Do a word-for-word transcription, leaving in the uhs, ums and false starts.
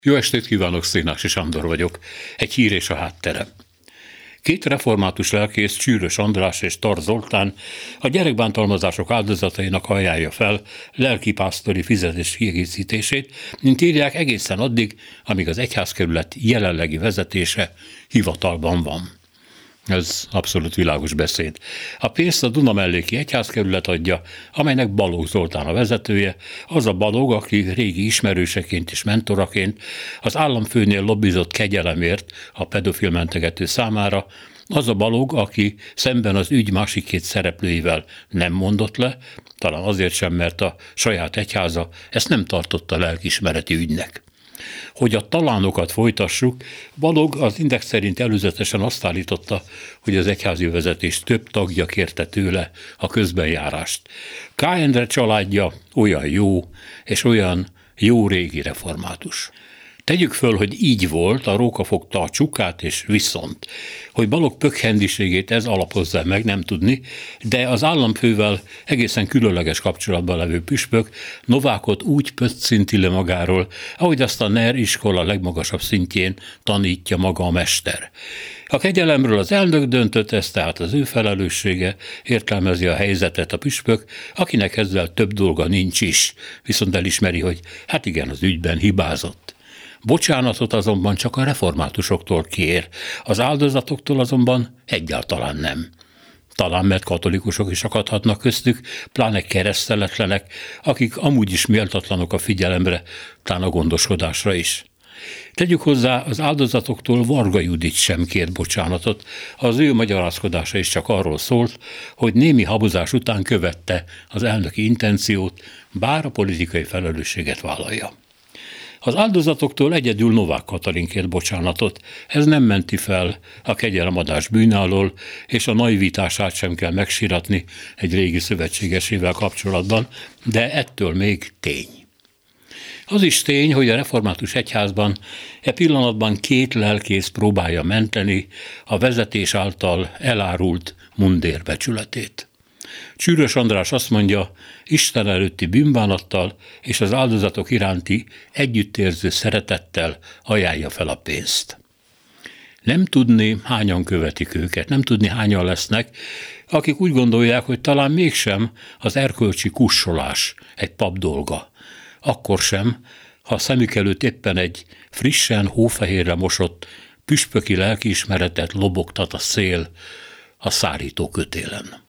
Jó estét kívánok, Szénási Sándor vagyok. Egy hír és a háttere. Két református lelkész, Csűrös András és Tar Zoltán a gyerekbántalmazások áldozatainak ajánlja fel lelkipásztori fizetés kiegészítését, mint írják egészen addig, amíg az egyházkerület jelenlegi vezetése hivatalban van. Ez abszolút világos beszéd. A pénzt a Dunamelléki Egyházkerület adja, amelynek Balogh Zoltán a vezetője, az a Balogh, aki régi ismerőseként és mentoraként az államfőnél lobbizott kegyelemért a pedofil mentegető számára, az a Balogh, aki szemben az ügy másik két szereplőivel nem mondott le, talán azért sem, mert a saját egyháza ezt nem tartotta lelkiismereti ügynek. Hogy a talánokat folytassuk, Balogh az Index szerint előzetesen azt állította, hogy az egyházi vezetés több tagja kérte tőle a közbenjárást. K. Endre családja olyan jó, és olyan jó régi református. Tegyük föl, hogy így volt, a róka fogta a csukát, és viszont. Hogy Balogh pökhendiségét ez alapozza meg, nem tudni, de az államfővel egészen különleges kapcsolatban levő püspök Novákot úgy pöccinti le magáról, ahogy azt a en e er iskola legmagasabb szintjén tanítja maga a mester. A kegyelemről az elnök döntött, ez tehát az ő felelőssége, értelmezi a helyzetet a püspök, akinek ezzel több dolga nincs is, viszont elismeri, hogy hát igen, az ügyben hibázott. Bocsánatot azonban csak a reformátusoktól kér, az áldozatoktól azonban egyáltalán nem. Talán mert katolikusok is akadhatnak köztük, pláne kereszteletlenek, akik amúgy is méltatlanok a figyelemre, talán a gondoskodásra is. Tegyük hozzá, az áldozatoktól Varga Judit sem kért bocsánatot, az ő magyarázkodása is csak arról szólt, hogy némi habozás után követte az elnöki intenciót, bár a politikai felelősséget vállalja. Az áldozatoktól egyedül Novák Katalin kért bocsánatot, ez nem menti fel a kegyelemadás bűne alól, és a naivitását sem kell megsiratni egy régi szövetségesével kapcsolatban, de ettől még tény. Az is tény, hogy a református egyházban e pillanatban két lelkész próbálja menteni a vezetés által elárult mundérbecsületét. Csűrös András azt mondja, Isten előtti bűnbánattal és az áldozatok iránti együttérző szeretettel ajánlja fel a pénzt. Nem tudni, hányan követik őket, nem tudni, hányan lesznek, akik úgy gondolják, hogy talán mégsem az erkölcsi kussolás egy pap dolga. Akkor sem, ha szemük előtt éppen egy frissen, hófehérre mosott, püspöki lelkiismeretet lobogtat a szél a szárító kötélen.